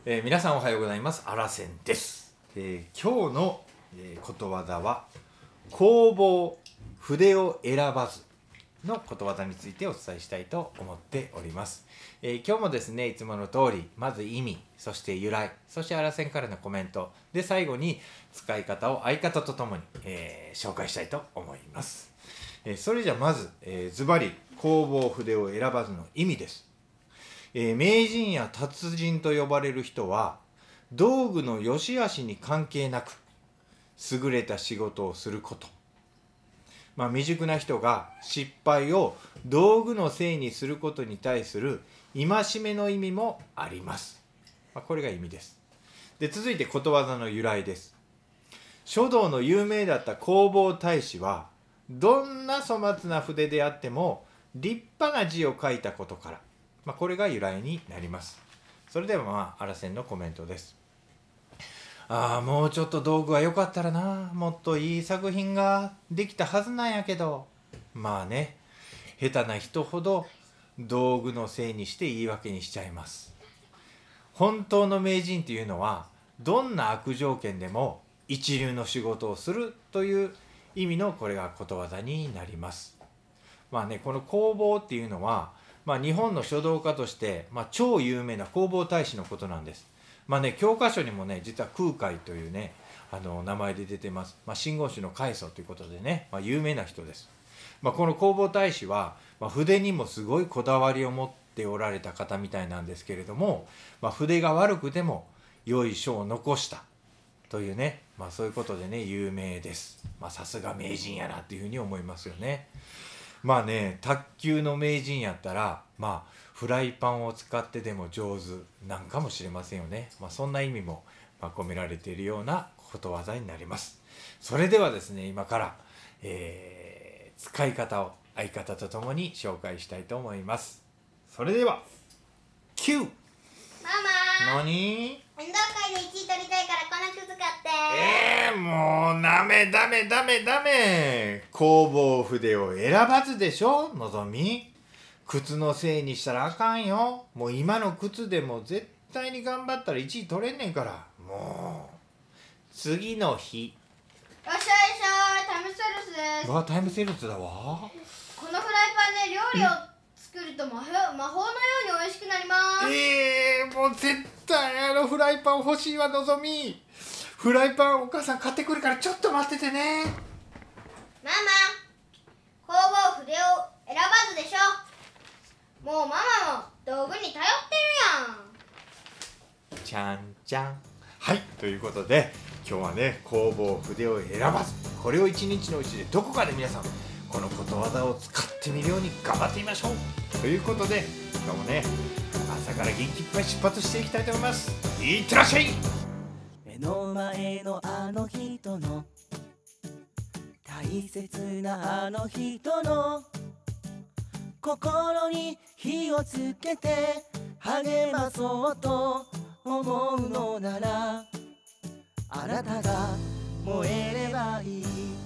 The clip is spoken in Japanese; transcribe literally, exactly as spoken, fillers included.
えー、皆さんおはようございます。あらせんです。えー、今日の、えー、ことわざは工房筆を選ばずのことわざについてお伝えしたいと思っております。えー、今日もですね、いつもの通りまず意味、そして由来、そしてあらせんからのコメントで、最後に使い方を相方とともに、えー、紹介したいと思います。えー、それじゃまず、えー、ズバリ工房筆を選ばずの意味です。えー、名人や達人と呼ばれる人は道具の良し悪しに関係なく優れた仕事をすること、まあ、未熟な人が失敗を道具のせいにすることに対する戒めの意味もあります。まあ、これが意味です。で、続いてことわざの由来です。書道の有名だった弘法大師はどんな粗末な筆であっても立派な字を書いたことから、まあ、これが由来になります。それではまああらせんのコメントです。ああ、もうちょっと道具は良かったらな、もっといい作品ができたはずなんやけど、まあね、下手な人ほど道具のせいにして言い訳にしちゃいます。本当の名人というのはどんな悪条件でも一流の仕事をするという意味のこれがことわざになります。まあね、この弘法っていうのは、まあ、日本の書道家として、まあ、超有名な弘法大師のことなんです。まあね、教科書にもね、実は空海というね、あの名前で出てます。まあ、真言宗の開祖ということでね、まあ、有名な人です。まあ、この弘法大師は、まあ、筆にもすごいこだわりを持っておられた方みたいなんですけれども、まあ、筆が悪くても良い書を残したというね、まあ、そういうことでね、有名です。まあ、さすが名人やなっていうふうに思いますよね。まあね、卓球の名人やったら、まあ、フライパンを使ってでも上手なんかもしれませんよね。まあ、そんな意味も、まあ、込められているようなことわざになります。それではですね、今から、えー、使い方を相方とともに紹介したいと思います。それでは、キュー。 ママ、 何？ 運動会でいちい取りたいからこの靴買って。 えー、もうダメダメダメダメ。弘法筆を選ばずでしょ、のぞみ。靴のせいにしたらあかんよ。もう今の靴でも絶対に頑張ったらいちい取れんねんから。もう次の日。 よっしゃよっしゃ、タイムセールスです。 わ、タイムセールスだわ。 このフライパンで料理を作ると魔法魔法のように美味しくなります。 えー、もう絶対あのフライパン欲しいわ、のぞみ。フライパンお母さん買ってくるからちょっと待っててね。 ママ、弘法筆を選ばずでしょ。もうママも道具に頼ってるやん。 ちゃんちゃん。はい、ということで今日はね、弘法筆を選ばず、これを一日のうちでどこかで皆さんこのことわざを使ってみるように頑張ってみましょうということで、今日もね、朝から元気いっぱい出発していきたいと思います。いってらっしゃい。 目の前のあの人の大切なあの人の心に火をつけて励まそうと思うのなら、あなたが燃えればいい。